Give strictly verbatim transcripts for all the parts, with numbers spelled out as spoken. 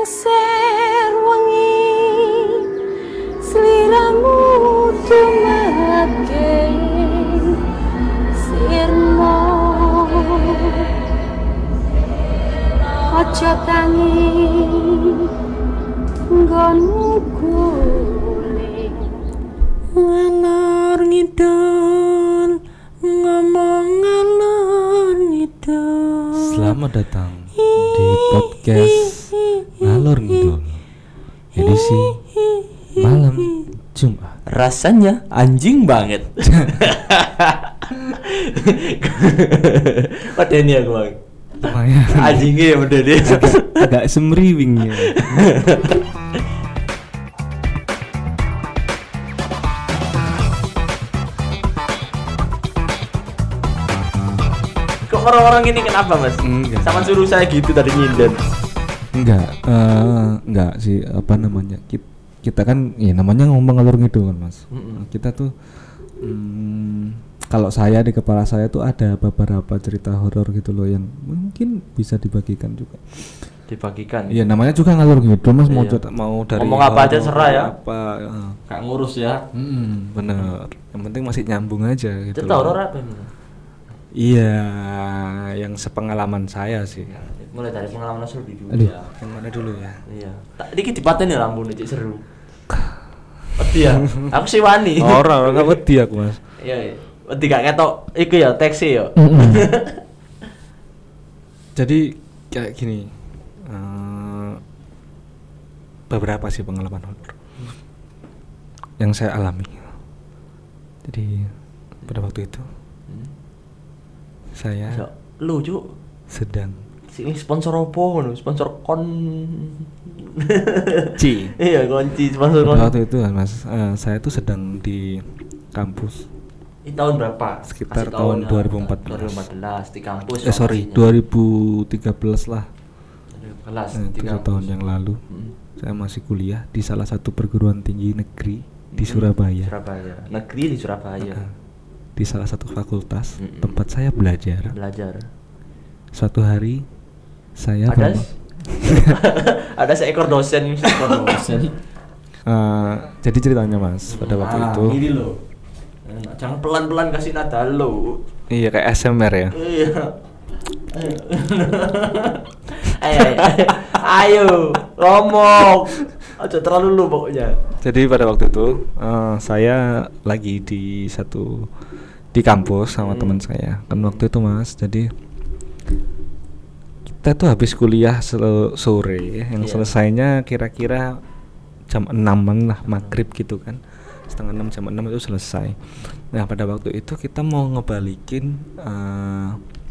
lengser wengi sliramu tumarake sirmo aja tangi nggonmu guling ngalor ngidul ngomong ngalor ngidul. Selamat datang di podcast Ngalor Ngidul edisi malam Jumat. Rasanya anjing banget. Padahal aku bang. Lumayan. Anjingnya ya udah dia. Agak, agak semriwingnya. Kok orang-orang ini kenapa mas? Enggak. Sama suruh saya gitu tadi nyinden. Enggak, uh, enggak sih apa namanya? Kita, kita kan ya namanya ngomong ngalor ngidul kan, Mas. Mm-mm. Kita tuh hmm, kalau saya di kepala saya tuh ada beberapa cerita horor gitu loh yang mungkin bisa dibagikan juga. Dibagikan. Iya, namanya juga ngalor ngidul, Mas. Mau Iya. cerita- mau dari Ngomong apa aja horor, serah ya. Apa? Uh, Gak ngurus ya. hmm, bener. Yang penting masih nyambung aja gitu. Cerita loh. horor apa ini? Iya, yang sepengalaman saya sih. Mulai dari pengalaman Mas Rudi dulu Aduh, ya. yang mana dulu ya? Iya. Tak dikit dipaten ya lampu nih cik seru. Wedi ya. Aku sih wani. Ora, ora enggak wedi aku, Mas. Iya, iya. Wedi gak ketok iku ya teksi ya. Jadi kayak gini, uh, beberapa sih pengalaman horor yang saya alami. Jadi pada waktu itu saya Ya, lu cuk. sedang Sini sponsor opo ngono? Sponsor kon. Ci. Iya, kunci sponsor kon. Pada waktu itu Mas, uh, saya tuh sedang di kampus. Ini tahun berapa? Sekitar Kasih tahun tahunnya. dua ribu empat belas. dua ribu empat belas di kampus. Eh sorry, dua ribu tiga belas lah. dua ribu empat belas Eh, di itu kampus. tahun yang lalu. Hmm. Saya masih kuliah di salah satu perguruan tinggi negeri di Hmm. Surabaya. Surabaya. Negeri di Surabaya. Uh, di salah satu fakultas Mm-mm. tempat saya belajar. Belajar. Suatu hari saya Ada bangun- ada seekor dosen, seekor dosen. Eh, jadi ceritanya Mas, pada waktu Ah, itu Ini loh. Eh, Jangan pelan-pelan kasih nada lo. iya kayak S M R ya. Iya. Ayo, ayo, ayo, ngomong. Aja terlalu lu pokoknya. Jadi pada waktu itu eh, saya lagi di satu di kampus sama Hmm. teman saya. Kan waktu itu Mas, jadi kita tuh habis kuliah sel- sore, yang Iya. selesainya kira-kira jam enaman lah, maghrib gitu kan. Setengah enam, jam enam itu selesai. Nah pada waktu itu kita mau ngebalikin eh,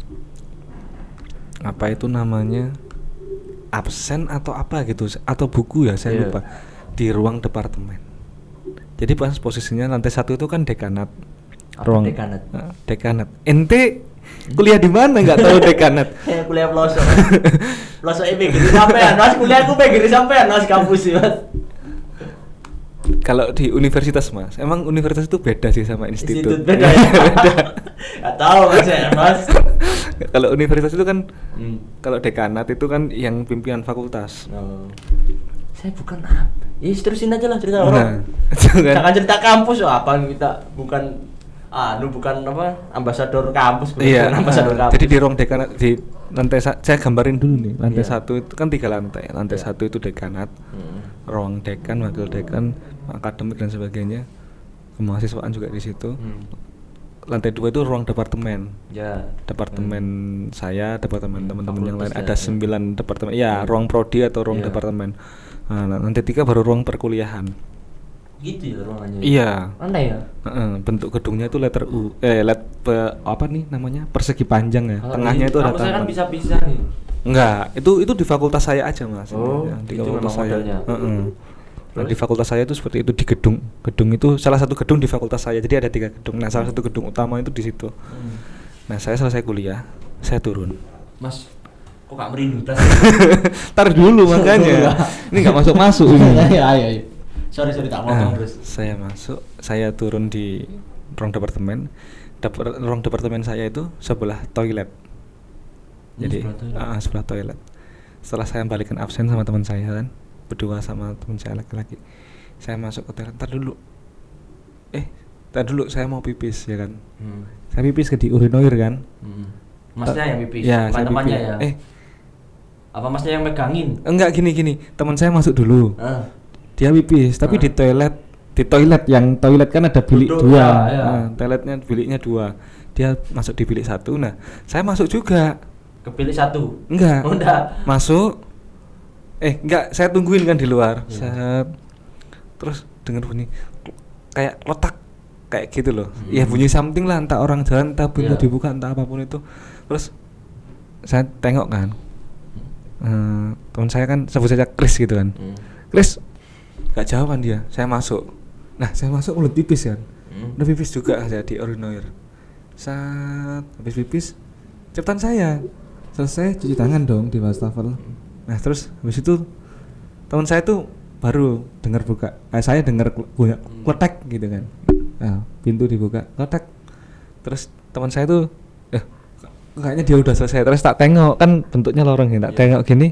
apa itu namanya, absen atau apa gitu, atau buku ya saya Iya. lupa, di ruang departemen. Jadi pas posisinya lantai satu itu kan dekanat. Apa dekanat? Eh, dekanat. Ente kuliah di mana nggak tahu dekanat? Saya kuliah pelosok. Pelosok ini pinggir sampean, Mas. Kuliah aku pinggir sampean, Mas, kampus sih, Mas. Kalau di universitas Mas, emang universitas itu beda sih sama institut. Institut beda ya. Enggak tahu Mas ya, Mas. Kalau universitas itu kan, Hmm. kalau dekanat itu kan yang pimpinan fakultas. Oh. Saya bukan apa. Ya terusin aja lah cerita Nah, orang. itu kan. Jangan cerita kampus oh, apa kita bukan ah lu bukan apa ambasador kampus bukan Iya, ambasador nah, kampus. jadi di ruang dekanat di lantai sa- saya gambarin dulu nih. Lantai Iya. satu itu kan tiga lantai. Lantai Iya. satu itu dekanat, Hmm. ruang dekan, wakil dekan, akademik dan sebagainya. Kemahasiswaan juga di situ. Hmm. Lantai dua itu ruang departemen. Ya. Departemen saya, departemen Hmm, teman-teman yang lain, fakultas ada ya, ya. sembilan departemen. Iya, Hmm. ruang prodi atau ruang Iya. departemen. Nah, lantai tiga baru ruang perkuliahan. Gitu ya ruangannya. Iya. Aneh ya. Heeh, bentuk gedungnya itu letter U. Eh, let pe- apa nih namanya? Persegi panjang ya. Kalau Tengahnya di itu ada kampus saya kan taman. bisa-bisa nih. Enggak, itu itu di fakultas saya aja Mas. Oh, Ya, di itu fakultas memang saya. modelnya. Heeh. Nah, Terus? di fakultas saya itu seperti itu, di gedung. Gedung itu salah satu gedung di fakultas saya. Jadi ada tiga gedung. Nah, salah satu gedung utama itu di situ. Hmm. Nah, saya selesai kuliah, saya turun. Mas, kok gak merindas? Tar dulu makanya. Ini nggak masuk-masuk ini. Iya, iya, iya. Sorry, sorry tak Nah, potong terus. saya masuk, saya turun di ruang departemen. Dep- ruang departemen saya itu sebelah toilet. Hmm, Jadi sebelah toilet. ah, sebelah toilet. setelah saya balikan absen sama teman saya kan, berdua sama teman saya laki-laki, saya masuk ke toilet, ntar dulu eh ntar dulu saya mau pipis ya kan. hmm. Saya pipis ke di urinoir kan. hmm. Masnya yang pipis? Ya, bukan temannya pipis. ya? Eh apa masnya yang megangin? enggak, gini gini teman saya masuk dulu. uh. Dia pipis tapi uh. di toilet, di toilet yang toilet kan ada bilik Duduk, dua ya, ya. Nah, toiletnya biliknya dua, dia masuk di bilik satu. Nah saya masuk juga Ke bilik satu? enggak. Udah. Masuk eh enggak, saya tungguin kan di luar. ya. Set. Terus dengar bunyi kayak letak kayak gitu loh. hmm. Ya bunyi something lah, entah orang jalan, entah pintu ya. dibuka, entah apapun itu. Terus saya tengok kan, hmm, teman saya kan sebut saja Chris gitu kan. hmm. Chris gak jawaban dia. Saya masuk. Nah saya masuk mulut pipis kan. hmm. Udah pipis juga saya di urinoir. Saat habis pipis cepetan saya selesai cuci tangan dong di wastafel. Nah terus habis itu teman saya tuh baru dengar buka, eh, saya dengar punya kletek gitu kan. Nah pintu dibuka, kletek. Terus teman saya tuh eh kayaknya dia udah selesai. Terus tak tengok kan bentuknya lorong ya, tak yeah. tengok gini,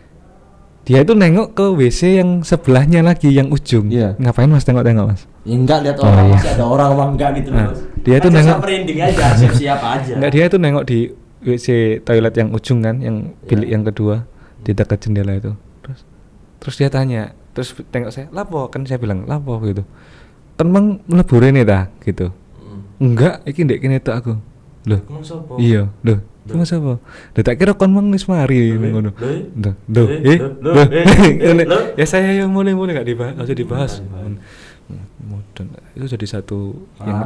dia itu nengok ke W C yang sebelahnya lagi, yang ujung. Yeah. Ngapain mas tengok-tengok mas? Ya enggak lihat Oh, orang, iya. masih ada orang apa enggak gitu Nah, loh. dia itu nengok merinding aja, siap-siap aja. Enggak, dia itu nengok di W C toilet yang ujung kan, yang bilik yeah. yang kedua di dekat jendela itu. Terus terus dia tanya, terus tengok saya, "Lapo?" Kan saya bilang, "Lapo?" gitu. "Kan mang mlebu rene ta?" gitu. Hmm. "Enggak, iki ndek kene tok aku." Loh. Emang sapa? Iya, loh. Emang sapa? Lah tak kira kon mang wis mari ngono. Loh, loh, eh, loh. Ya saya yang mulai-mulai enggak dibahas, enggak usah dibahas. Modern. Itu jadi satu yang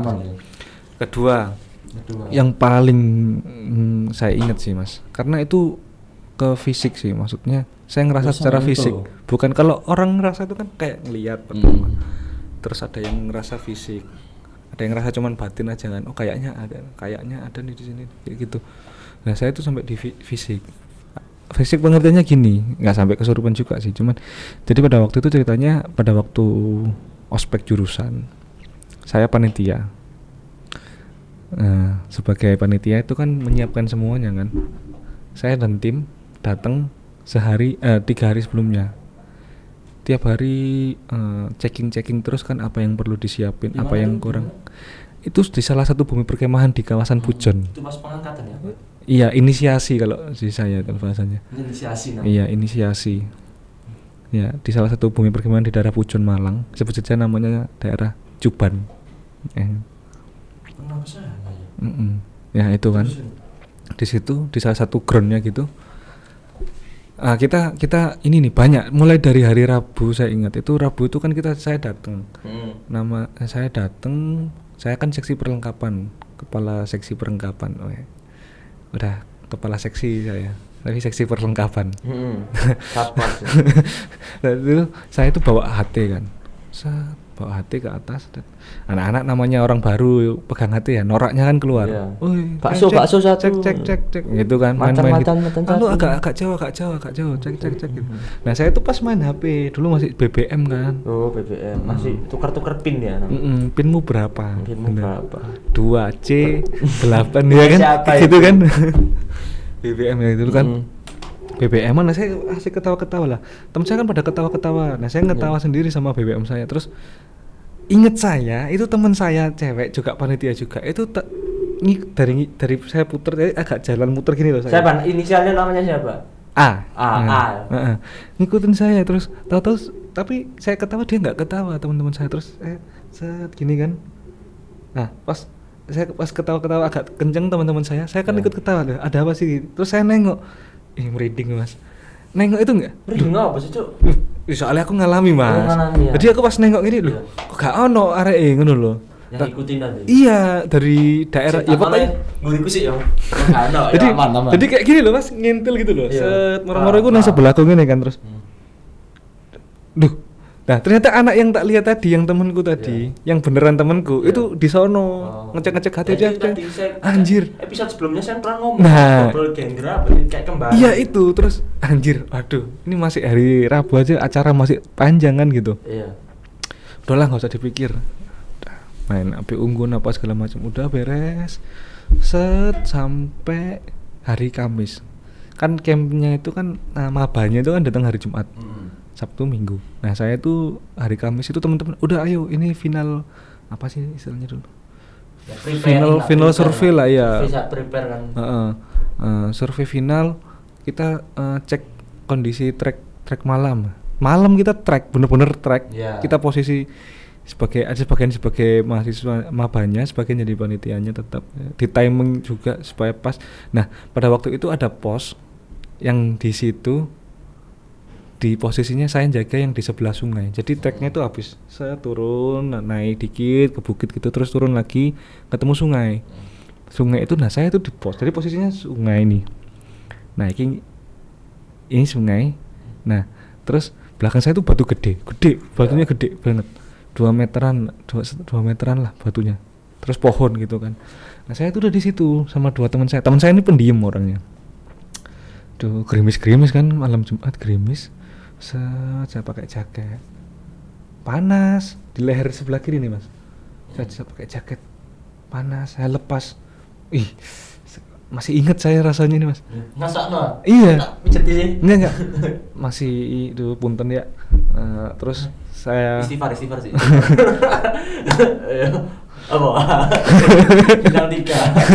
kedua. Kedua. Yang paling hmm, saya ingat sih mas, karena itu ke fisik sih, maksudnya saya ngerasa terus secara itu. fisik, bukan kalau orang ngerasa itu kan kayak ngelihat pertama, hmm. terus ada yang ngerasa fisik, ada yang ngerasa cuman batin aja kan, oh kayaknya ada, kayaknya ada nih di sini kayak gitu. Nah saya itu sampai di fi- fisik, fisik pengertiannya gini, nggak sampai kesurupan juga sih, cuman jadi pada waktu itu ceritanya pada waktu ospek jurusan, saya panitia. Nah, sebagai panitia itu kan menyiapkan semuanya kan. Saya dan tim datang sehari eh, tiga hari sebelumnya. Tiap hari eh, checking-checking terus kan apa yang perlu disiapin, apa yang kurang. Itu di salah satu bumi perkemahan di kawasan hmm, Pujon. Itu pas pengangkatan ya? Iya, inisiasi kalau di saya kan bahasanya. Inisiasi nah. Iya, inisiasi. Ya, di salah satu bumi perkemahan di daerah Pujon Malang, sebut saja namanya daerah Cuban. Eh. Kenapa saya? Mm-mm. Ya itu kan di situ di salah satu groundnya gitu. Ah, kita kita ini nih banyak mulai dari hari Rabu, saya ingat itu Rabu itu kan kita saya datang. Hmm. Nama eh, saya datang, saya kan seksi perlengkapan, kepala seksi perlengkapan. Oh, ya. Udah kepala seksi saya. Tapi seksi perlengkapan. Hmm. Kapas. Nah, itu saya itu bawa H T kan. Set, bawa H T ke atas. Anak-anak namanya orang baru pegang H T ya, noraknya kan keluar. Yeah. Woi, bakso cek, bakso satu. Cek cek cek cek gitu kan, main-main gitu. Lalu agak agak jauh, agak jauh, agak jauh, cek cek cek gitu. Nah, saya itu pas main H P, dulu masih B B M kan. Oh, B B M. Masih tukar-tukar pin ya. Mm-mm, pinmu berapa? Pinmu berapa? dua C delapan ya kan? Gitu kan. B B M ya itu kan. B B M mana saya asik ketawa-ketawa lah. Temen saya kan pada ketawa-ketawa. Nah, saya ngetawa yeah. sendiri sama B B M saya. Terus inget saya, itu teman saya cewek juga panitia juga. Itu ta- ng- dari dari saya puter jadi agak jalan muter gini loh saya. Siapa? Inisialnya namanya siapa? A. A. Nah, A. Nah, ngikutin saya terus tahu-tahu tapi saya ketawa dia nggak ketawa teman-teman saya terus saya set gini kan. Nah, pas saya pas ketawa-ketawa agak kenceng teman-teman saya, saya kan yeah. ikut ketawa. Ada apa sih? Terus saya nengok. Ih, merinding mas. Nengok itu enggak? Merinding apa sih, Cuk? Soalnya aku ngalami mas. Oh, ngalami, ya? Jadi aku pas nengok ini loh, yeah. kok gak ono areke ngono loh. Yang Ta- ikutin tadi. Iya, dari daerah ya pokoknya. Nguriku sih ya. Gak ono. Jadi, ya, aman, aman. jadi kayak gini loh mas, ngintil gitu loh. Yeah. Set moro-moro iku nang sebelahku ngene kan terus. Hmm. Duh. Nah, ternyata anak yang tak lihat tadi, yang temanku tadi, yeah. yang beneran temanku, yeah. itu di sono oh. ngecek-ngecek hati dia. Anjir. Episode sebelumnya saya pernah ngomong nah, double gendera kayak kembali. Iya itu, terus anjir, aduh, ini masih hari Rabu aja acara masih panjang kan gitu. Iya. Udahlah enggak usah dipikir. Main api unggun apa segala macam udah beres. Set sampai hari Kamis. kan campnya itu kan nah, mabanya itu kan datang hari Jumat, Hmm. Sabtu, Minggu. Nah saya tuh hari Kamis itu teman-teman udah ayo ini final apa sih istilahnya dulu? Ya, prepare Final lah, final prepare survei lah ya. Bisa prepare kan. Heeh. Eh, survei final kita eh, cek kondisi trek trek malam. Malam kita trek bener-bener trek. Ya. Kita posisi sebagai ada sebagian sebagai mahasiswa mabanya, sebagian jadi panitianya tetap di timing juga supaya pas. Nah pada waktu itu ada pos yang di situ di posisinya saya jaga yang di sebelah sungai. Jadi treknya itu habis saya turun na- naik dikit ke bukit gitu terus turun lagi ketemu sungai. Sungai itu nah saya itu di pos. Jadi posisinya sungai ini. Nah ini ini sungai. Nah terus belakang saya itu batu gede, gede batunya gede banget. Dua meteran, dua, dua meteran lah batunya. Terus pohon gitu kan. Nah saya itu udah di situ sama dua teman saya. Teman saya ini pendiam orangnya. Duh gerimis-gerimis kan malam Jumat gerimis. Set, saya pakai jaket panas di leher sebelah kiri nih mas. Saya, saya pakai jaket panas, saya lepas. Ih, se- masih ingat saya rasanya ini mas. Masak no? Iya. Pijet sih. Enggak enggak. Masih itu punten ya. Eh, terus saya Istighfar, istighfar sih. Apa? Bintang tiga.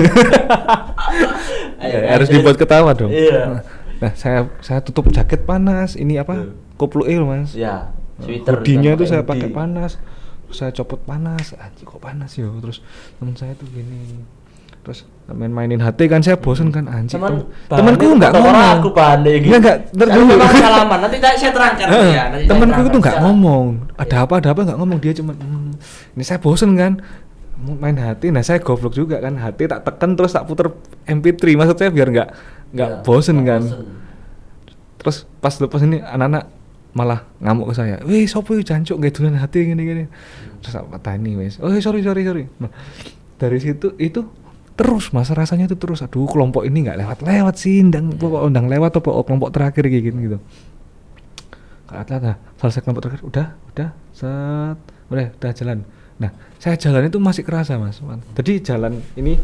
Ya, harus dibuat ketawa dong. Iya. Nah, saya saya tutup jaket panas. Ini apa? Iya. Kopluke loh mas. Ya, sweater. Hoodie-nya kan itu saya hoodie. pakai panas. Terus saya copot panas. Anjir kok panas yo. Terus teman saya tuh gini. Terus main-mainin H T kan saya bosen kan anjir. Teman, Tem- temanku enggak orang ngomong. aku pandai gitu. Enggak enggak ntar Tapi dulu. memang pengalaman. Nanti saya saya terangkan Heeh, ya. Nanti saya temanku terangkan itu nggak secara- ngomong. Ada apa ada apa nggak ngomong dia cuma hmm, ini saya bosen kan main H T. Nah saya goblok juga kan H T tak tekan terus tak puter M P tiga maksud saya biar nggak nggak Ya, bosen nggak kan. bosen. Terus pas lepas ini anak-anak malah ngamuk ke saya. Wih sopo iki jancuk nggak dolan H T gini-gini. Terus tak patani wis. Oh sorry sorry sorry. Nah, dari situ itu terus mas rasanya itu terus aduh kelompok ini nggak lewat-lewat sih undang pokok undang lewat apa kelompok terakhir kayak gini gitu. Kata nah, selesai kelompok terakhir udah udah set udah udah jalan. Nah saya jalan itu masih kerasa mas. Jadi jalan ini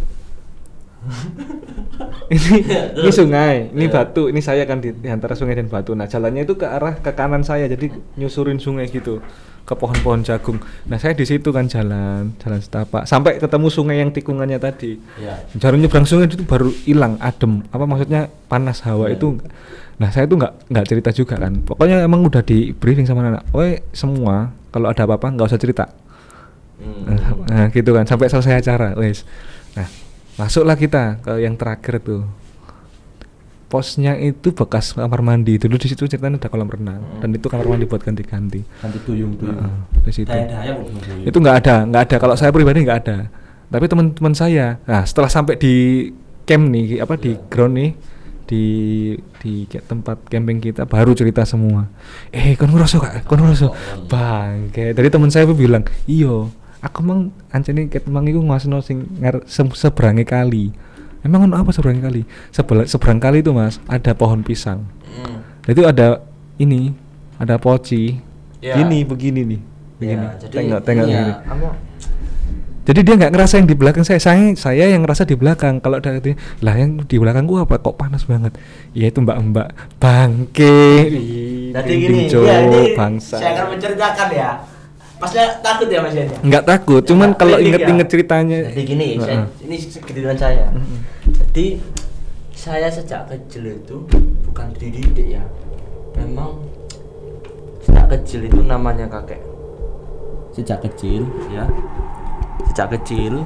ini ini sungai, ini Ya. batu, ini saya kan di, di antara sungai dan batu. Nah jalannya itu ke arah ke kanan saya, jadi nyusurin sungai gitu ke pohon-pohon jagung. Nah saya di situ kan jalan, jalan setapak sampai ketemu sungai yang tikungannya tadi. Ya. Jalan nyebrang sungai itu baru hilang adem, apa maksudnya panas hawa Ya. itu. Nah saya itu nggak nggak cerita juga kan. Pokoknya emang udah di briefing sama anak. Oh semua kalau ada apa-apa nggak usah cerita. Hmm. Nah gitu kan sampai selesai acara, wes. Nah masuklah kita ke yang terakhir tuh. Posnya itu bekas kamar mandi. Dulu di situ ceritanya ada kolam renang Hmm. dan itu kamar mandi buat ganti-ganti. Nanti tuyung-tuyung. Heeh, di situ. Daya-daya bukan tuyung. Itu nggak ada, nggak ada. Kalau saya pribadi nggak ada. Tapi teman-teman saya, nah setelah sampai di camp nih, apa di Ya. ground nih, di di kayak tempat camping kita baru cerita semua. Eh, kon ngerasa gak? Kon ngerasa? Bangke. Dari teman saya tuh bilang, iyo. Aku mang ancene ket mang iku ngasno sing ngar se- seberangi kali. Emang ono apa seberangi kali? Sebel seberang kali itu Mas, ada pohon pisang. Hmm. Itu ada ini, ada poci. Ya. Gini begini nih. Begini. Ya, jadi tengok tengok iya, gini. apa- Jadi dia nggak ngerasa yang di belakang saya, saya saya yang ngerasa di belakang. Kalau ada itu, lah yang di belakang gua apa kok panas banget? Iya itu mbak-mbak bangke. Ih, Jadi dinding gini, cowok, ya ini bangsa. saya akan menceritakan ya. Pasnya takut ya Mas Yan? Nggak takut, cuman Nggak, kalau kritik inget-inget ya. ceritanya. Jadi gini, saya, Heeh. ini segitiran saya. Mm-mm. Jadi saya sejak kecil itu bukan dididik ya. Memang sejak kecil itu namanya kakek. Sejak kecil ya. Sejak kecil.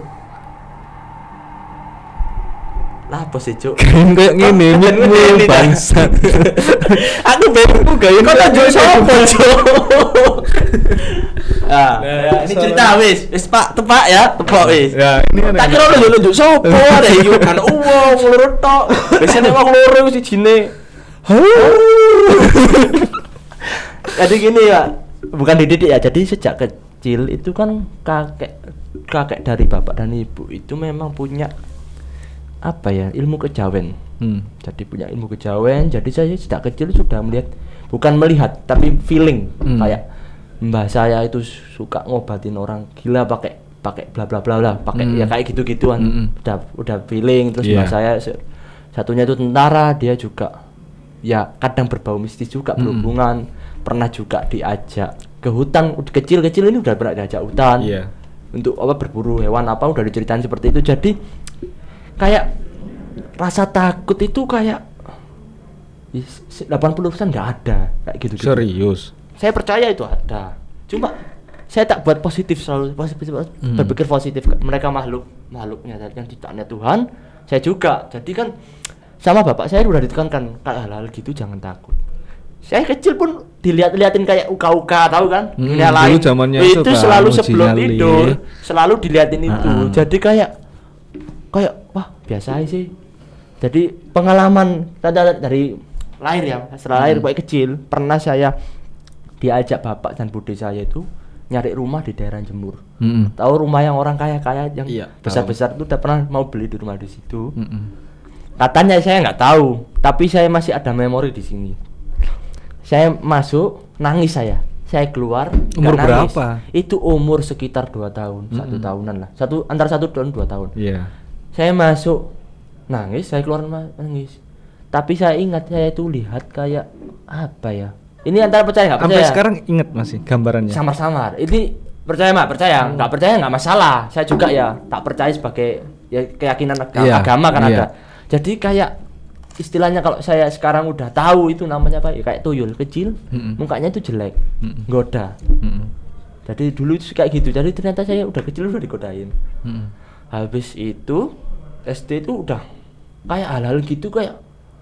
Lah apa sih, Cuk? Kayak ngene, mitmu Ngene, dah. bangsat. Aku bego gaya kok tunjuk sapa, Cuk? Ah, Nah, ya, ini salah. cerita wis. Wis Pak, tepak ya, tepak wis. Ya, ini kan Tak kira lu nunjuk sapa, ada yo kan uang loro tok. Biasane wong loro iku sijine. Jadi gini ya, bukan dididik ya. Jadi sejak kecil itu kan kakek kakek dari bapak dan ibu itu memang punya apa ya, ilmu kejawen. Hmm. Jadi punya ilmu kejawen. Jadi saya sejak kecil sudah melihat, bukan melihat tapi feeling. Hmm. Kayak mbah saya itu suka ngobatin orang gila pakai pakai bla bla bla bla pakai Hmm. ya kayak gitu-gituan. Hmm. Udah udah feeling terus Iya. mbah saya se- Satunya itu tentara, dia juga ya kadang berbau mistis juga, Mm-mm. berhubungan. Pernah juga diajak ke hutan, udah kecil-kecil ini udah pernah diajak hutan. Iya. Untuk apa berburu hewan apa udah diceritain seperti itu. Jadi kayak rasa takut itu kayak is- delapan puluh persen nggak ada kayak gitu, gitu. Serius. Saya percaya itu ada. Cuma saya tak buat positif, selalu positif, Hmm. berpikir positif. Mereka makhluk makhluknya yang ciptaannya Tuhan. Saya juga. Jadi kan sama bapak saya udah ditekankan kayak hal-hal gitu jangan takut. Saya kecil pun dilihat-liatin kayak uka-uka, tahu kan? Hmm, Dunia dulu lain. zamannya itu, itu kan, selalu uji sebelum nyali. tidur, selalu diliatin itu. Ah, ah. Jadi kayak kayak wah biasa aja sih. Jadi pengalaman tanda dari lahir ya, setelah lahir Hmm. kayak kecil, pernah saya diajak bapak dan bude saya itu nyari rumah di daerah Jemur. Mm-mm. Tahu rumah yang orang kaya-kaya yang Iya, besar-besar itu udah pernah mau beli di rumah di situ. Mm-mm. Katanya saya nggak tahu, tapi saya masih ada memori di sini. Saya masuk, nangis saya. Saya keluar, nggak Umur nangis. berapa? Itu umur sekitar dua tahun, satu Mm-mm. tahunan lah. Satu antara satu dan dua tahun. Iya. Saya masuk, nangis, saya keluar ma- nangis. Tapi saya ingat saya itu lihat kayak apa ya? Ini antara percaya nggak Sampai percaya? sekarang inget masih gambarannya. Samar-samar. Ini percaya mak percaya, nggak percaya nggak masalah. Saya juga ya tak percaya sebagai ya keyakinan agama, Iya, agama kan iya. ada. Jadi kayak istilahnya kalau saya sekarang udah tahu itu namanya apa ya kayak tuyul kecil, Mm-mm. mukanya itu jelek, Mm-mm. goda. Mm-mm. Jadi dulu itu kayak gitu. Jadi ternyata saya udah kecil udah digodain. Mm-mm. Habis itu S D itu udah kayak hal-hal gitu kayak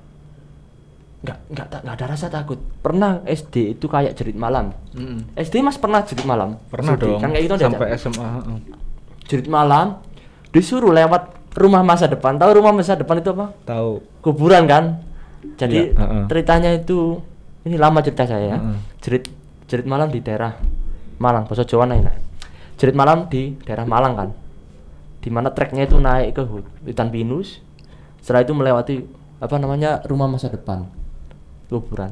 nggak nggak ta- nggak ada rasa takut. Pernah S D itu kayak jerit malam. Mm-mm. S D mas pernah jerit malam? Pernah S D, dong. kan kayak gitu Sampai diajak. S M A. heeh. Jerit malam disuruh lewat rumah masa depan. Tahu rumah masa depan itu apa? Tahu. Kuburan kan. Jadi Iya, heeh. ceritanya itu ini lama cerita saya ya. Heeh. Jerit jerit malam di daerah Malang, bahasa Jawa enak. Jerit malam di daerah Malang kan. Di mana treknya itu naik ke hut- hutan pinus. Setelah itu melewati apa namanya rumah masa depan. Kuburan.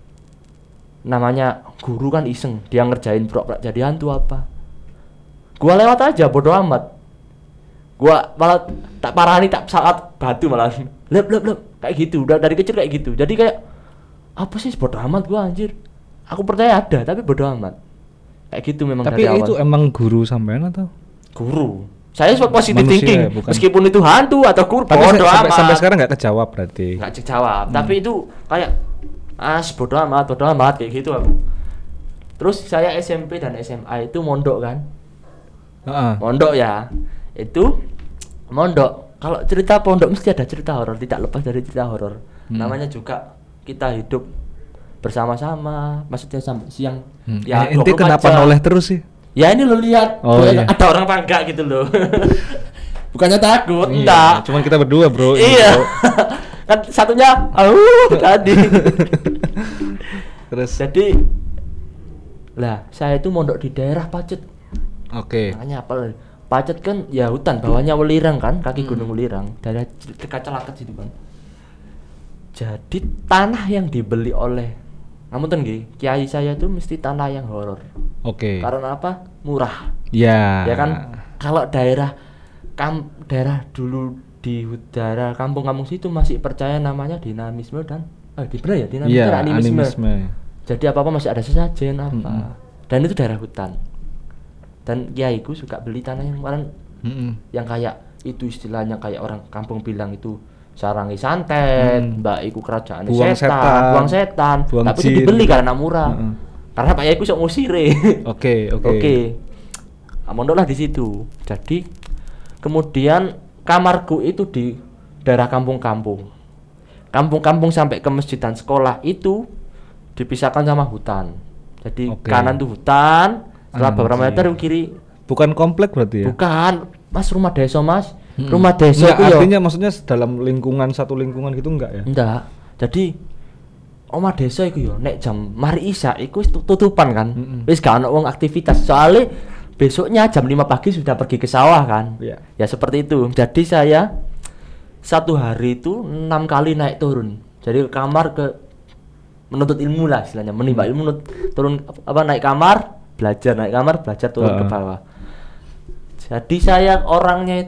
Namanya guru kan iseng, dia ngerjain pura-pura jadi hantu apa. Gua lewat aja bodo amat. Gua malah tak parani tak saat batu malah. Lep lep lep kayak gitu, udah dari kecil kayak gitu. Jadi kayak apa sih bodo amat gua anjir. Aku percaya ada tapi bodo amat. Kayak gitu memang Tapi dari awal. itu emang guru sampean atau? Guru. Saya suka positive Manusia thinking, ya, bukan- meskipun itu hantu atau guru Tapi bodo sampai, amat. sampai sekarang nggak kejawab berarti. Nggak cek jawab, tapi itu kayak as bodo amat, bodo amat kayak gitu aku. Terus saya S M P dan S M A itu mondok kan, Heeh. mondok ya, itu mondok. Kalau cerita pondok mesti ada cerita horor, tidak lepas dari cerita horor. Hmm. Namanya juga kita hidup bersama-sama, maksudnya sampai siang. Hmm. Ya, Eh, ente dua puluh empat kenapa jam. noleh terus sih? Ya ini lo lihat, Oh, Bukan iya. ada orang apa enggak gitu loh. Bukannya takut, Iya, enggak. cuman kita berdua, Bro. Iya. Bro. Kan satunya au tadi. Terus Jadi lah, saya itu mondok di daerah Pacet. oke. Makanya apa? Pacet kan ya hutan, bawahnya Welirang kan, kaki Hmm. Gunung Welirang, daerah dekat Celaket situ kan. Jadi tanah yang dibeli oleh ngapunten nggih, kiai saya itu mesti tanah yang horor. Oke. Karena apa? Murah. Ya. Ya kan, kalau daerah kam daerah dulu di daerah kampung-kampung situ masih percaya namanya dinamisme dan eh di benar ya dinamisme Iya, dan animisme. animisme. Jadi apa-apa masih ada sesajen apa. Mm-mm. Dan itu daerah hutan. Dan kiaiku suka beli tanah yang kemarin Mm-mm. yang kayak itu istilahnya kayak orang kampung bilang itu sarangi santet, Hmm. mbak iku kerajaan Buang setan, setan. buang setan. Buang Tapi itu jin. dibeli karena murah. Heeh. Karena pak yaiku sok ngusire. Oke, oke. Oke. Nah, mondoklah di situ. Jadi kemudian kamarku itu di daerah kampung-kampung. Kampung-kampung sampai ke masjid dan sekolah itu dipisahkan sama hutan. Jadi Oke. kanan tuh hutan, setelah beberapa Anjir. meter kiri. Bukan komplek berarti ya? Bukan, Mas rumah desa, Mas. Mm-mm. Rumah desa Nggak, itu ya. artinya maksudnya dalam lingkungan satu lingkungan gitu enggak ya? Enggak. Jadi omah desa iku yo nek jam mari isya iku wis tutupan kan. Mm-mm. Wis gak ono wong aktivitas. Soalnya besoknya jam lima pagi sudah pergi ke sawah kan. Iya. Ya seperti itu. Jadi saya satu hari itu enam kali naik turun. Jadi ke kamar ke menuntut ilmu lah istilahnya, menimba ilmu menut- turun apa naik kamar, belajar naik kamar, belajar turun ke Heeh. bawah. Jadi saya orangnya itu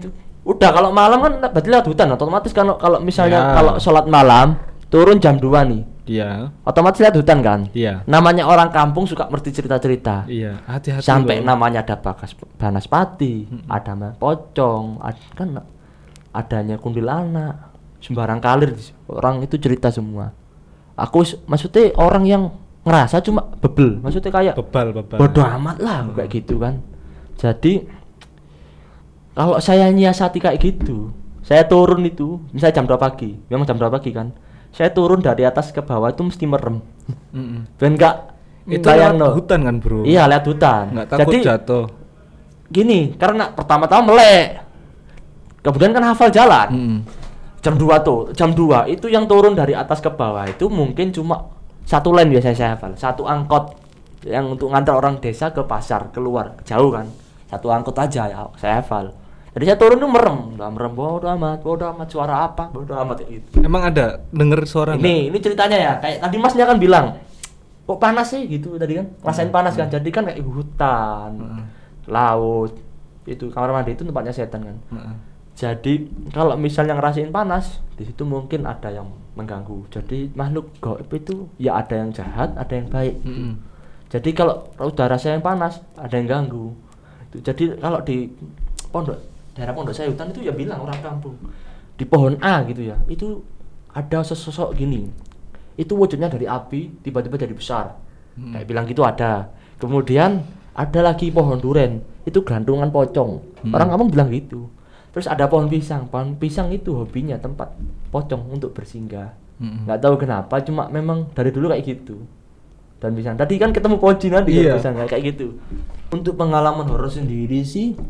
Udah kalau malam kan berarti lewat hutan otomatis kan kalau misalnya Ya. kalau sholat malam turun jam dua nih. Iya. Otomatis lihat hutan kan? Iya. Namanya orang kampung suka ngerti cerita-cerita. Iya, hati-hati Sampai loh. namanya ada bakas banaspati, ada ma- pocong, ad, kan adanya kuntilanak, sembarang kalir orang itu cerita semua. Aku s- maksudnya orang yang ngerasa cuma bebel, maksudnya kayak bebal bebal. bodoh amat lah kayak gitu kan. Jadi kalau saya nyiasati kayak gitu, saya turun itu, misalnya jam dua pagi, memang jam dua pagi kan. Saya turun dari atas ke bawah itu mesti merem. Mm-mm. Ben enggak Itu bayang lewat no. hutan kan, Bro? Iya, lihat hutan. Nggak takut Jadi jatuh. gini, karena pertama-tama melek. Kemudian kan hafal jalan. Mm-mm. Jam dua tuh, jam dua itu yang turun dari atas ke bawah itu mungkin cuma satu lane biasanya saya hafal. Satu angkot yang untuk ngantar orang desa ke pasar, keluar, jauh kan. Satu angkot aja ya, saya hafal. Jadi saya turun tuh merem, udah merem, bodo amat, bodo amat, suara apa, bodo amat kayak gitu. Emang ada denger suara nggak? Ini, ini ceritanya ya, kayak tadi masnya kan bilang, kok panas sih gitu tadi kan, rasain panas kan, jadi kan kayak hutan, laut, itu kamar mandi itu tempatnya setan kan. Heeh. Jadi kalau misalnya ngerasain panas, di situ mungkin ada yang mengganggu. Jadi makhluk gaib itu ya ada yang jahat, ada yang baik. Mm-mm. Jadi kalau udah rasain panas, ada yang ganggu. Itu jadi kalau di pondok daerah pondok saya hutan itu ya bilang orang kampung di pohon A gitu ya, itu ada sesosok gini. Itu wujudnya dari api tiba-tiba jadi besar. Hmm. Kayak bilang gitu ada. Kemudian ada lagi pohon duren, itu gantungan pocong. Hmm. Orang kampung bilang gitu. Terus ada pohon pisang. Pohon pisang itu hobinya tempat pocong untuk bersinggah. Mm-mm. Nggak tahu kenapa, cuma memang dari dulu kayak gitu. Dan pisang. Tadi kan ketemu poci nanti Iya. kan pisang kayak gitu. Untuk pengalaman horor sendiri sih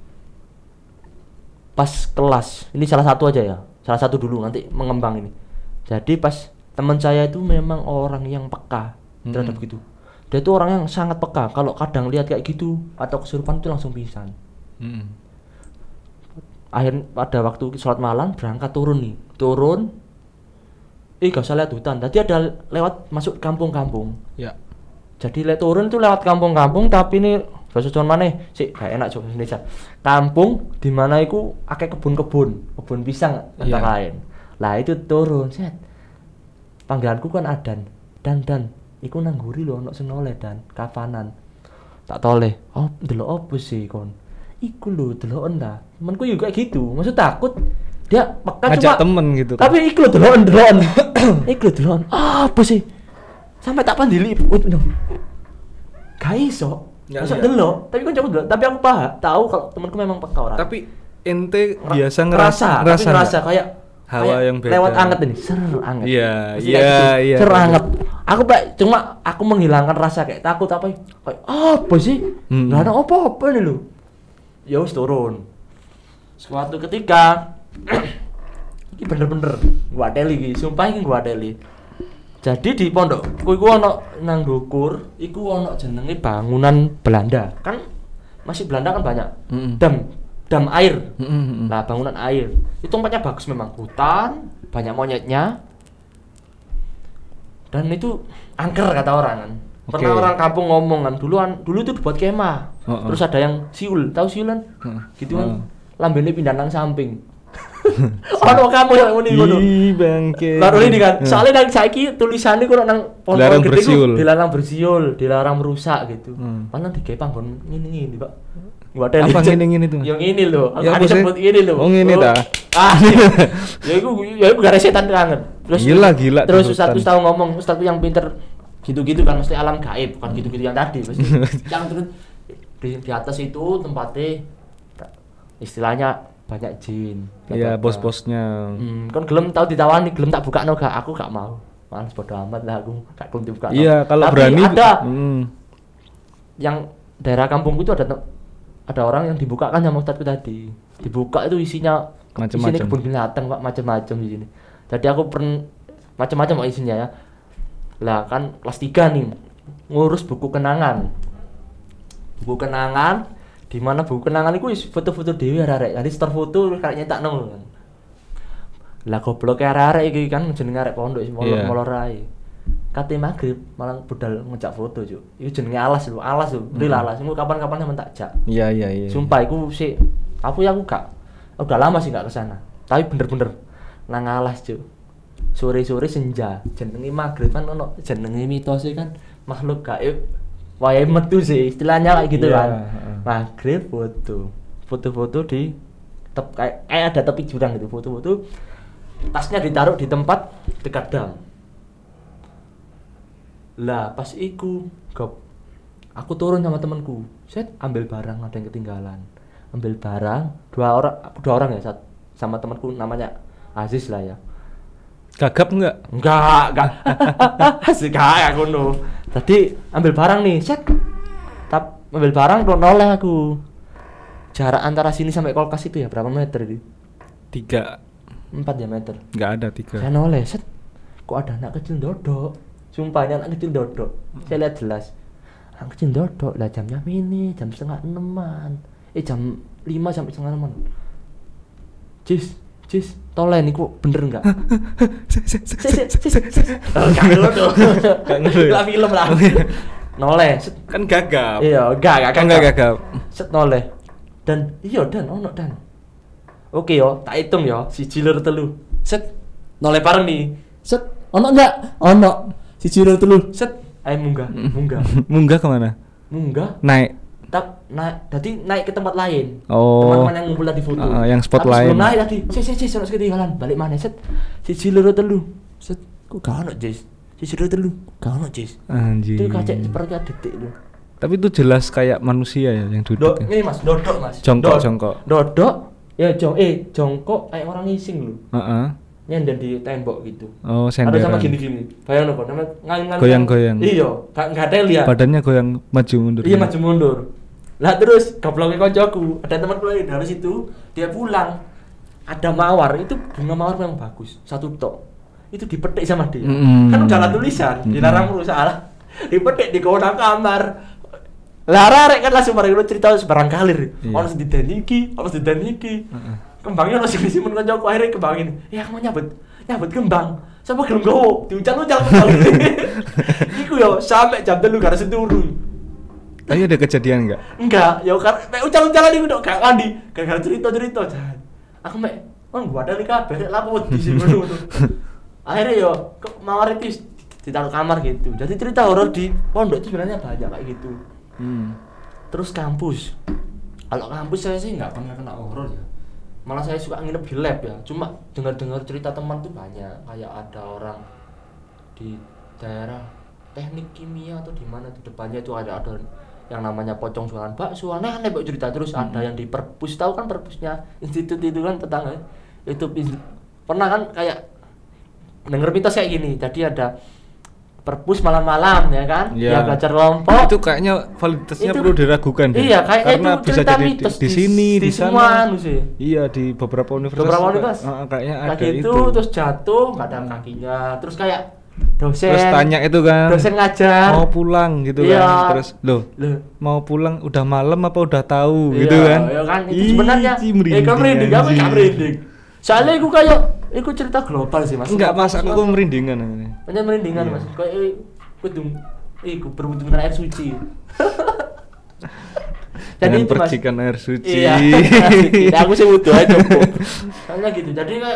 pas kelas, ini salah satu aja ya, salah satu dulu nanti mengembang ini. Jadi pas teman saya itu memang orang yang peka terhadap Mm-mm. gitu. Dia itu orang yang sangat peka. Kalau kadang lihat kayak gitu atau kesurupan itu langsung pingsan. Mm-mm. Akhir pada waktu sholat malam berangkat turun nih, turun. Eh gak usah lihat hutan. Tadi ada lewat masuk kampung-kampung. Ya. Jadi lewat turun itu lewat kampung-kampung tapi ini bahasa Jawa maneh sih gak enak Jawa Indonesia. Kampung di mana iku akeh kebun-kebun, kebun pisang Iya. antara lain. Lah itu turun, set. Panggilanku kan Adan. Dan dan iku nang nguri lho ono sing noleh dan kafanan. Tak toleh. Oh, ndelok opo sih kon? Iku lho deloken ta. Temenku juga gitu. Maksud takut dia peka Ngajak cuma temen gitu kan. tapi iku lho deloken deloken. Iku lho deloken. Apa sih? Sampai tak pandili. Gak iso. Ya, Masa iya. delok, tapi kan coba delok. Tapi aku paham, tahu kalau temanku memang peka orang. Tapi ente Ngera- biasa ngerasa, ngerasa tapi ngerasa ngerasa nggak? kayak Hawa kayak yang beda. lewat anget ini, ser anget. Iya, Pasti iya, kayak gitu, iya. ser anget. Aku pak cuma aku menghilangkan rasa kayak takut apa kayak apa sih? Hmm. Nggak ada apa-apa nih lo. Ya wis turun. Suatu ketika ini bener-bener gua teli iki, sumpah iki gua teli. Jadi di pondokku iku ana nang ndukur, iku ana jenenge bangunan Belanda. Kan masih Belanda kan banyak. Mm-mm. Dam, dam air. Mm-mm. Nah, bangunan air. Itu tempatnya bagus memang, hutan, banyak monyetnya. Dan itu angker kata orang kan. Pernah Oke. orang kampung ngomong kan, dulu dulu itu dibuat kemah. Oh, oh. Terus ada yang siul, tahu siul kan? Heeh. Gitu kan. Oh. Lambene pindah nang samping. Ono kamu yang muni ngono. Ih, bangke. Baru ini kan, Heeh. soalnya nang saiki tulisannya kok nang pohon Dilarang gede ku, bersiul. dilarang bersiul, dilarang merusak gitu. Hmm. Malah digawe panggon ngene-ngene, Pak. Gua ada Apa ngene-ngene itu? Yang ini loh, Ya, ada apa sih? sebut ini loh. Oh, ngene dah. Ah, ya iku ya iku gara setan kangen. Gila, gila Terus di ustadku hutan. tahu ngomong, ustadku yang pinter gitu-gitu kan mesti alam gaib, bukan gitu-gitu yang tadi. Mesti yang terus di, di atas itu tempatnya istilahnya banyak jin. bla, Iya, bla, bla. bos-bosnya. Hmm, kan gelem tau ditawani, gelem tak buka no gak? Aku gak mau. Males bodo amat lah aku, gak gelem dibuka. Iya, kalau Tapi berani. ada Mm. yang daerah kampungku itu ada te- ada orang yang dibukakan sama ustadku tadi. Dibuka itu isinya Macem-macem. isinya kebun binatang, Pak, macam-macam di sini. Jadi aku pernah macam-macam Pak isinya ya. Lah kan kelas tiga nih ngurus buku kenangan. Buku kenangan di mana buku kenangan itu isi foto-foto dewi arek-arek. Jadi store foto kayak nyetak nol kan. Lah goblok arek-arek iki kan jenenge arek pondok sing Iya. molor-molor ae. Kate magrib malah budal ngejak foto, Cuk. Iku jenenge alas lho, alas lho, real alas. Iku kapan-kapan sampe tak jak. Iya, iya, iya. Sumpah iku sih aku ya aku gak udah lama sih nggak kesana, tapi bener-bener nang alas cuy. Sore-sore senja, jenenge maghrib kan ono jenenge mitosnya kan makhluk gaib. Wayahe metu sih istilahnya kayak gitu Iya, kan. heeh. Maghrib foto. Foto-foto di tep, kayak, kayak ada tepi jurang gitu, foto-foto. Tasnya ditaruh di tempat dekat dam. Lah pas iku gop aku turun sama temanku. Set ambil barang ada yang ketinggalan. Ambil barang dua orang dua orang ya sat, sama temanku namanya Aziz lah ya. Gagap enggak? Enggak, enggak. Asik kayak aku no. Tadi ambil barang nih, set. Tap ambil barang kok noleh aku. Jarak antara sini sampai kulkas itu ya berapa meter itu? Tiga. Empat ya meter. Enggak ada tiga. Saya noleh, set. Kok ada anak kecil dodok? Sumpah ini anak kecil dodok. Saya lihat jelas. Anak kecil dodok. Lah jamnya ini jam setengah enaman. Eh jam lima sampai setengah enaman. Cis, cis, toleh nih kok bener enggak? Enggak ngeluh dong. Enggak ngeluh ya? Lah film lah. Noleh, set. Kan gagap. Iya, enggak, enggak, Kan enggak gagap. Set noleh. Dan iya dan ono dan. Oke yo, tak hitung yo, siji loro telu. Set noleh bareng nih. Set ono enggak? Ono. Siji loro telu. Set ayo munggah, munggah. Munggah kemana? Munggah. Naik. Tap naik, tadi naik ke tempat lain. Oh. Teman-teman yang ngumpul tadi foto. Uh, yang spot Tapi lain. sebelum naik tadi, sih sih sih sono ketinggalan, balik mana set. Siji loro telu. Set kok gak ono, Jis. Siji loro telu. Gak ono, Jis. Anjir. Itu kacek seperti detik lu. Tapi itu jelas kayak manusia ya yang Do, duduk. ini Mas, dodok Mas. Jongkok, Dod- jongkok. Dodok. Ya jong eh jongkok kayak orang ngising lu. Heeh. Nyender di tembok gitu. Oh, Ada sama senderan. gini-gini. Bayang kok, namanya ngang-ngang. Goyang-goyang. Iya, gak gak ada lihat. Badannya goyang maju mundur. Iya maju mundur. Lah terus gobloknya koncoku, ada temanku lagi dari situ, dia pulang. Ada mawar, itu bunga mawar yang bagus, satu tok. Itu dipetik sama dia. Mm-mm. Kan udah ada tulisan, Mm-mm. dilarang merusak salah. Dipetik di kolam kamar. Lah arek kan langsung mari lu cerita sebarang kalir. Iya. Ono sing dideni iki, ono sing dideni iki. Heeh. Kembangnya ono sing disimpen koncoku akhirnya kembangin. Ya aku mau nyabut, nyabut kembang. Sapa gelem gowo, diucal-ucal kembang. Iku yo sampai jam telu gak ada turu. Tapi ada kejadian enggak? Enggak, ya kan mek ucal-ucalan iku tok gak kandi. Gara-gara cerita-cerita jan. Aku mek kon gua ada kabeh rek lapo di sini ngono. Akhirnya yo kok mawar itu ditaruh kamar gitu. Jadi cerita horor di pondok itu sebenarnya banyak kayak gitu. Hmm. Terus kampus. Kalau kampus saya sih nggak pernah kena horor ya. Malah saya suka nginep di lab ya. Cuma dengar-dengar cerita teman tuh banyak. Kayak ada orang di daerah teknik kimia atau di mana tuh depannya itu ada ada yang namanya pocong jualan bakso. Aneh-aneh Pak cerita. Terus Hmm. ada yang di perpus, tahu kan perpusnya institut itu kan tetangga. Itu pis- pernah kan kayak denger mitos kayak gini. Jadi ada perpus malam-malam ya kan? Iya. Dia belajar kelompok. Itu kayaknya validitasnya Itu- perlu diragukan deh. Iya, kayak karena itu bisa cerita jadi di, mitos di sini, di, semua sana. anu sih. Iya, di beberapa universitas. Beberapa juga, universitas. uh, kayaknya Kayak ada gitu, itu. terus jatuh, nggak ada kakinya, terus kayak dosen. Terus tanya itu kan. Dosen ngajar. Mau pulang gitu Iya. kan. Terus loh, Loh, mau pulang udah malam apa udah tahu iya, gitu kan. iya kan, itu Ih, sebenarnya. ci, Eh, kamu merinding, kamu anjing. nggak merinding. Soalnya aku kayak, aku cerita global sih mas. Enggak mas, aku kok merindingan ini. Banyak merindingan Iya. mas. Kayak, eh, aku tuh, eh, aku berwudu dengan air suci. Jangan itu, Mas. percikan air suci. Iya. Nah, aku sih wudu aja cukup. Soalnya gitu. Jadi kayak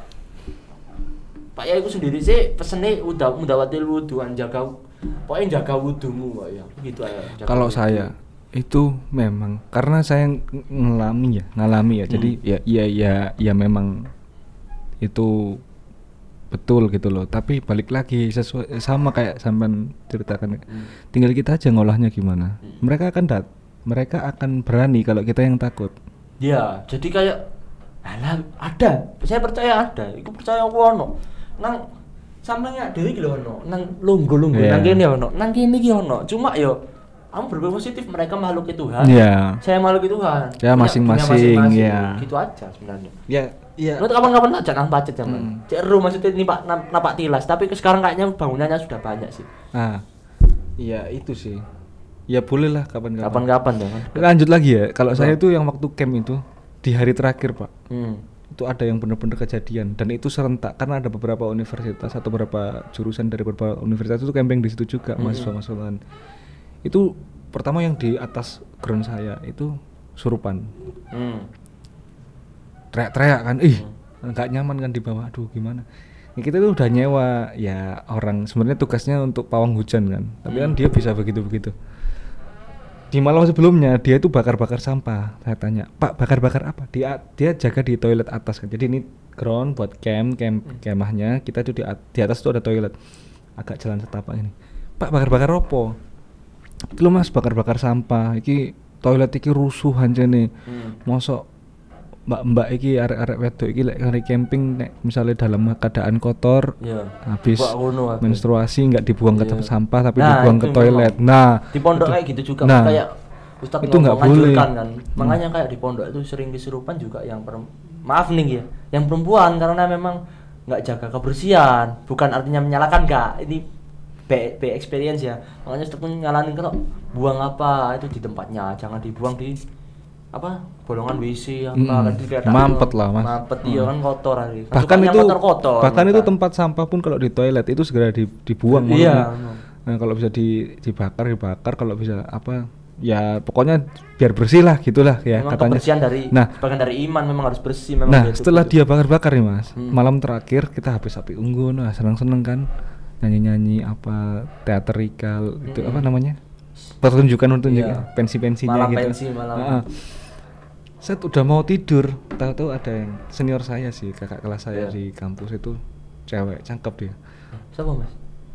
Pak Yai aku sendiri sih pesennya udah mudawatil wuduan jaga pokoknya jaga wudumu Pak ya. Gitu aja. jaga Kalau wudu. saya itu memang karena saya ng- ngalami ya, ngalami ya. Jadi Hmm. ya ya ya ya memang itu betul gitu loh. Tapi balik lagi sesuai sama kayak sampean ceritakan. Hmm. Tinggal kita aja ngolahnya gimana. Hmm. Mereka akan dat mereka akan berani kalau kita yang takut. Ya, jadi kayak alah ada. Saya percaya ada. Iku percaya aku ono. Nang sampeyan dhewe iki lho ono. Nang lungguh-lungguh Iya. nang kene ono. Nang kene iki ono. Cuma yo kamu berpikir positif, mereka makhluk Tuhan. Iya. Saya makhluk Tuhan. Ya, Punya masing-masing, dunia masing-masing. ya. Gitu aja sebenarnya. Ya, iya. Lu tuh kapan-kapan aja nang pacet ya, Hmm. Man. Cek ru maksudnya ini Pak nap- napak tilas, tapi ke sekarang kayaknya bangunannya sudah banyak sih. Ah. Iya, itu sih. Ya boleh lah kapan-kapan. Kapan-kapan ya kan. Lanjut lagi ya. Kalau Apa? saya itu yang waktu camp itu di hari terakhir, Pak. Hmm. Itu ada yang benar-benar kejadian dan itu serentak karena ada beberapa universitas atau beberapa jurusan dari beberapa universitas itu camping di situ juga, Mm-mm. mahasiswa-mahasiswa. Itu pertama yang di atas ground saya itu surupan. Hmm. teriak-teriak kan, ih nggak nyaman kan di bawah, aduh gimana. Ya, kita tuh udah nyewa ya orang sebenarnya tugasnya untuk pawang hujan kan, tapi kan dia bisa begitu-begitu. Di malam sebelumnya dia itu bakar-bakar sampah. Saya tanya, Pak bakar-bakar apa? Dia dia jaga di toilet atas kan. Jadi ini ground buat camp, camp kemahnya. Kita tuh di, di atas tuh ada toilet. Agak jalan setapak ini. Pak bakar-bakar opo? Iki lho Mas bakar-bakar sampah. Iki toilet iki rusuh anjene. Hmm. Mosok mbak-mbak iki arek-arek wedok iki lek kali camping nek misalnya dalam keadaan kotor yeah. habis Buat menstruasi enggak dibuang yeah. ke sampah tapi nah, dibuang ke toilet. Memang. Nah, di pondok kayak gitu juga nah, kayak Ustadz itu nggak boleh kan. Makanya kayak di pondok itu sering kesurupan juga yang per, maaf nih ya, yang perempuan karena memang nggak jaga kebersihan. Bukan artinya menyalahkan enggak. Ini B, B experience ya. Makanya Ustadz pun nyalanin kalau buang apa itu di tempatnya, jangan dibuang di apa bolongan W C apa mm, kan kelihatan mampet lah Mas. Mampet iya mm. kan kotor hari. Bahkan itu kotor-kotor, bahkan maka. itu tempat sampah pun kalau di toilet itu segera di, dibuang. Iya. Nah kalau bisa di, dibakar dibakar, kalau bisa apa ya pokoknya biar bersih lah gitulah ya memang katanya. Kebersihan dari nah, bagian dari iman memang harus bersih memang. Nah setelah dia bakar-bakar nih Mas, hmm. malam terakhir kita habis api unggun, nah seneng-seneng kan nyanyi-nyanyi apa teaterikal hmm. itu apa namanya pertunjukan pertunjukan iya. pensi-pensinya malam gitu. Pensi, malam. Nah, saya udah mau tidur, tahu-tahu ada yang senior saya sih, kakak kelas saya yeah. di kampus itu cewek, cakep dia. Siapa Mas?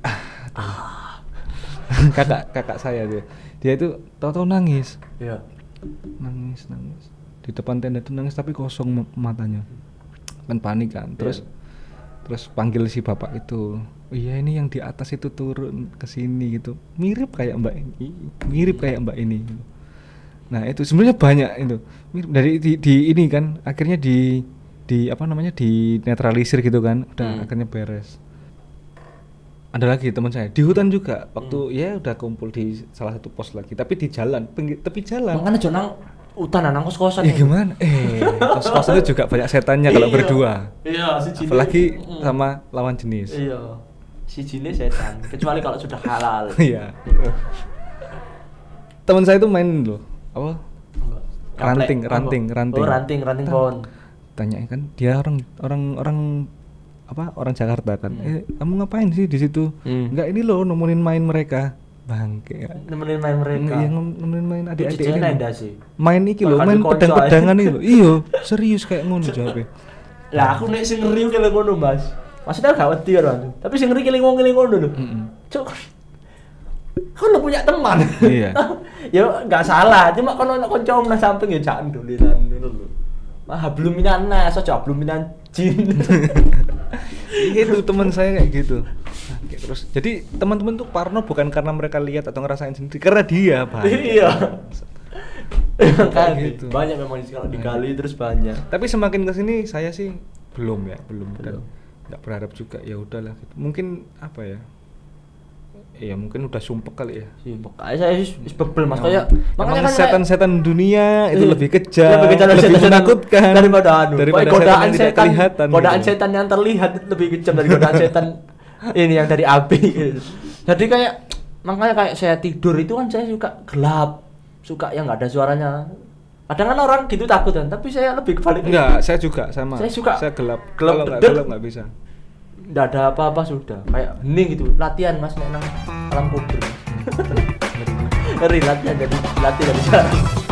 ah. kakak kakak saya dia, dia itu tahu-tahu nangis. Iya. Yeah. Nangis nangis di depan tenda itu nangis tapi kosong matanya, kan panik kan. Terus yeah. terus panggil si bapak itu, iya ini yang di atas itu turun ke sini gitu, mirip kayak mbak ini, mirip kayak mbak ini. Nah itu sebenarnya banyak itu dari di, di ini kan akhirnya di di apa namanya di netralisir gitu kan udah hmm. akhirnya beres. Ada lagi teman saya di hutan juga waktu hmm. ya udah kumpul di salah satu pos lagi tapi di jalan pinggir tepi jalan. Makanya jonang hutan nang kos-kosan. Ya gimana? Eh kos-kosan itu juga banyak setannya kalau berdua. Iya si jin. Apalagi mm. sama lawan jenis. Iya si jinnya setan kecuali kalau sudah halal. Iya. Teman saya itu main loh. Apa? Ranting, ranting, ranting. Oh, ranting, ranting pohon. Tanya kan, dia orang orang orang apa? Orang Jakarta kan. Hmm. Eh, kamu ngapain sih di situ? Hmm. Enggak ini loh nemenin main mereka. Bangke. Nemenin main mereka. Iya, nemenin main adik-adik ini. Sih. Main iki loh, main pedang-pedangan iki loh. Iya, serius kayak ngono jawabnya. Lah aku nek sing ngeri kele ngono, Mas. Maksudnya gak wedi kan. Tapi sing ngeri kele ngomong-ngomong ngono lho. Heeh. Cuk. Kau lo punya teman, iya. Ya nggak salah, cuma kalau nak kau nang samping ya jangan dolinan dulu lo. Mah belum minan nas, aja belum minan jin. Itu teman saya kayak gitu. Nah, kayak terus, jadi teman-teman tuh parno bukan karena mereka lihat atau ngerasain sendiri, karena dia pak. Iya. Kayak gitu. Banyak memang kalau digali terus banyak. Tapi semakin kesini saya sih belum ya, belum. Dan nggak berharap juga ya udahlah. Gitu. Mungkin apa ya? Iya mungkin udah sumpek kali ya. Sumpek. Saya sih bebel Mas kayak makanya kan setan-setan dunia itu lebih kejam, lebih, kejam, lebih setan menakutkan daripada anu. Daripada godaan setan, setan kelihatan. Godaan gitu. Setan yang terlihat lebih kejam dari godaan setan ini yang dari api gitu. Jadi kayak makanya kayak saya tidur itu kan saya suka gelap, suka yang enggak ada suaranya. Kadang kan orang gitu takut kan, tapi saya lebih kebalik. Enggak, saya juga sama. Saya suka saya gelap. Kalau enggak gelap enggak bisa. Nggak ada apa-apa sudah kayak hening gitu latihan Mas nang alam kubur ngeri latihan jadi latih dari sekarang.